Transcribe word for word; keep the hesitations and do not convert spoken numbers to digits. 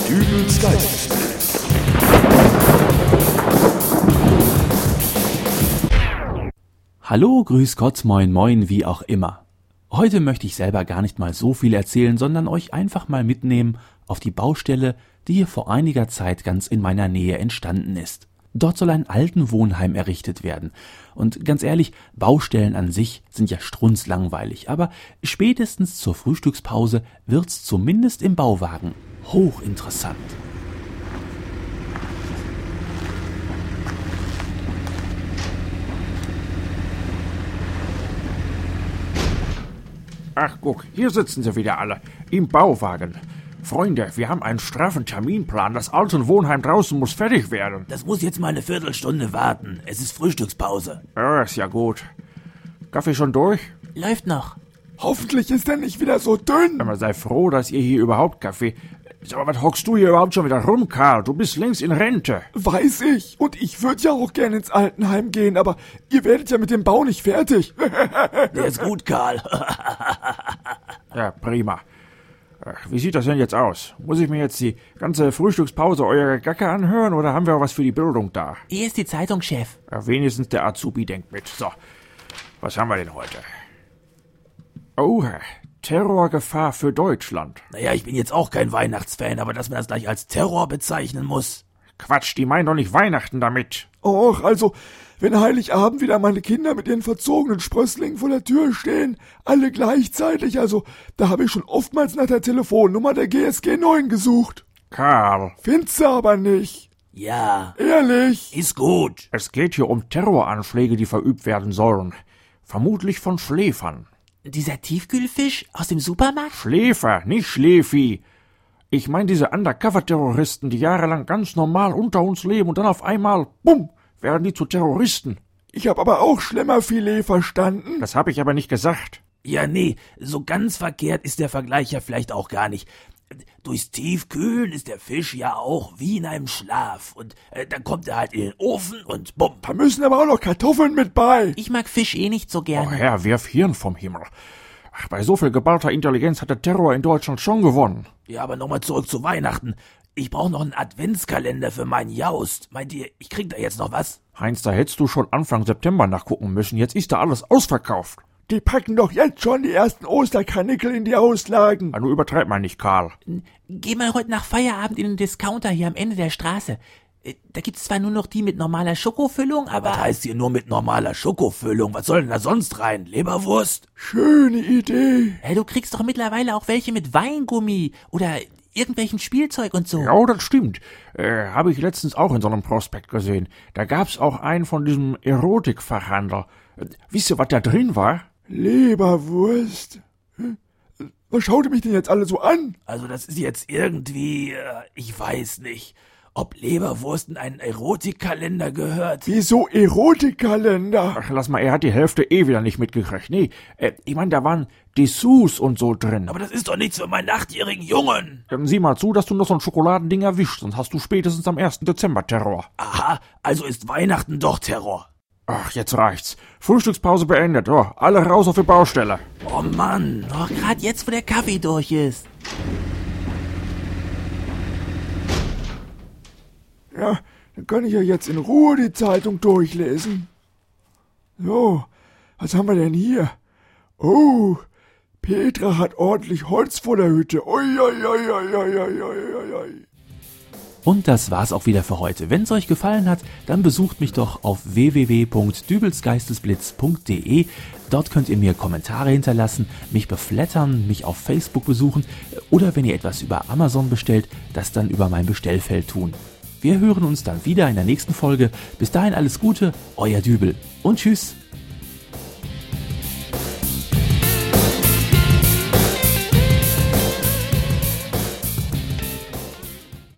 Dübels Geistesblitz. Hallo, grüß Gott, moin moin, wie auch immer. Heute möchte ich selber gar nicht mal so viel erzählen, sondern euch einfach mal mitnehmen auf die Baustelle, die hier vor einiger Zeit ganz in meiner Nähe entstanden ist. Dort soll ein Altenwohnheim errichtet werden. Und ganz ehrlich, Baustellen an sich sind ja strunzlangweilig, aber spätestens zur Frühstückspause wird's zumindest im Bauwagen hochinteressant. Ach, guck, hier sitzen sie wieder alle, im Bauwagen. Freunde, wir haben einen straffen Terminplan. Das Altenwohnheim draußen muss fertig werden. Das muss jetzt mal eine Viertelstunde warten. Es ist Frühstückspause. Ja, ist ja gut. Kaffee schon durch? Läuft noch. Hoffentlich ist er nicht wieder so dünn. Aber sei froh, dass ihr hier überhaupt Kaffee... Sag mal, was hockst du hier überhaupt schon wieder rum, Karl? Du bist längst in Rente. Weiß ich. Und ich würde ja auch gerne ins Altenheim gehen, aber ihr werdet ja mit dem Bau nicht fertig. Der ist gut, Karl. Ja, prima. Ach, wie sieht das denn jetzt aus? Muss ich mir jetzt die ganze Frühstückspause eure Gacke anhören oder haben wir auch was für die Bildung da? Hier ist die Zeitung, Chef. Ja, wenigstens der Azubi denkt mit. So, was haben wir denn heute? Oh, Terrorgefahr für Deutschland. Naja, ich bin jetzt auch kein Weihnachtsfan, aber dass man das gleich als Terror bezeichnen muss. Quatsch, die meinen doch nicht Weihnachten damit. Och, also, wenn Heiligabend wieder meine Kinder mit ihren verzogenen Sprösslingen vor der Tür stehen, alle gleichzeitig, also, da habe ich schon oftmals nach der Telefonnummer der G S G neun gesucht. Karl. Findest du aber nicht. Ja. Ehrlich? Ist gut. Es geht hier um Terroranschläge, die verübt werden sollen. Vermutlich von Schläfern. Dieser Tiefkühlfisch aus dem Supermarkt? Schläfer, nicht Schläfi. Ich meine diese Undercover-Terroristen, die jahrelang ganz normal unter uns leben und dann auf einmal, bumm, werden die zu Terroristen. Ich habe aber auch Schlemmerfilet verstanden. Das habe ich aber nicht gesagt. Ja, nee, so ganz verkehrt ist der Vergleich ja vielleicht auch gar nicht. Durchs Tiefkühlen ist der Fisch ja auch wie in einem Schlaf. Und äh, dann kommt er halt in den Ofen und bumm. Da müssen aber auch noch Kartoffeln mit bei. Ich mag Fisch eh nicht so Oh gerne. Herr, wirf Hirn vom Himmel. Ach, bei so viel geballter Intelligenz hat der Terror in Deutschland schon gewonnen. Ja, aber nochmal zurück zu Weihnachten. Ich brauche noch einen Adventskalender für meinen Jaust. Meint ihr, ich krieg da jetzt noch was? Heinz, da hättest du schon Anfang September nachgucken müssen. Jetzt ist da alles ausverkauft. Die packen doch jetzt schon die ersten Osterkarnickel in die Auslagen. Ah, du übertreib mal nicht, Karl. Geh mal heute nach Feierabend in den Discounter hier am Ende der Straße. Da gibt's zwar nur noch die mit normaler Schokofüllung, aber... Was heißt hier nur mit normaler Schokofüllung? Was soll denn da sonst rein? Leberwurst? Schöne Idee. Hey, du kriegst doch mittlerweile auch welche mit Weingummi oder irgendwelchen Spielzeug und so. Ja, das stimmt. Äh, habe ich letztens auch in so einem Prospekt gesehen. Da gab's auch einen von diesem Erotikfachhandel. Äh, wisst ihr, was da drin war? Leberwurst? Was schaut ihr mich denn jetzt alle so an? Also das ist jetzt irgendwie, äh, ich weiß nicht, ob Leberwurst in einen Erotikkalender gehört. Wieso Erotikkalender? Ach, lass mal, er hat die Hälfte eh wieder nicht mitgekriegt. Nee, äh, ich meine, da waren Dessous und so drin. Aber das ist doch nichts für meinen achtjährigen Jungen. Dann sieh mal zu, dass du noch so ein Schokoladending erwischst, sonst hast du spätestens am ersten Dezember Terror. Aha, also ist Weihnachten doch Terror. Ach, jetzt reicht's. Frühstückspause beendet. Oh, alle raus auf die Baustelle. Oh Mann, doch gerade jetzt, wo der Kaffee durch ist. Ja, dann kann ich ja jetzt in Ruhe die Zeitung durchlesen. So, was haben wir denn hier? Oh, Petra hat ordentlich Holz vor der Hütte. Ui, ui, ui, ui, ui, ui, ui, ui. Und das war's auch wieder für heute. Wenn's euch gefallen hat, dann besucht mich doch auf w w w punkt dübelsgeistesblitz punkt d e. Dort könnt ihr mir Kommentare hinterlassen, mich beflattern, mich auf Facebook besuchen oder wenn ihr etwas über Amazon bestellt, das dann über mein Bestellfeld tun. Wir hören uns dann wieder in der nächsten Folge. Bis dahin alles Gute, euer Dübel und tschüss.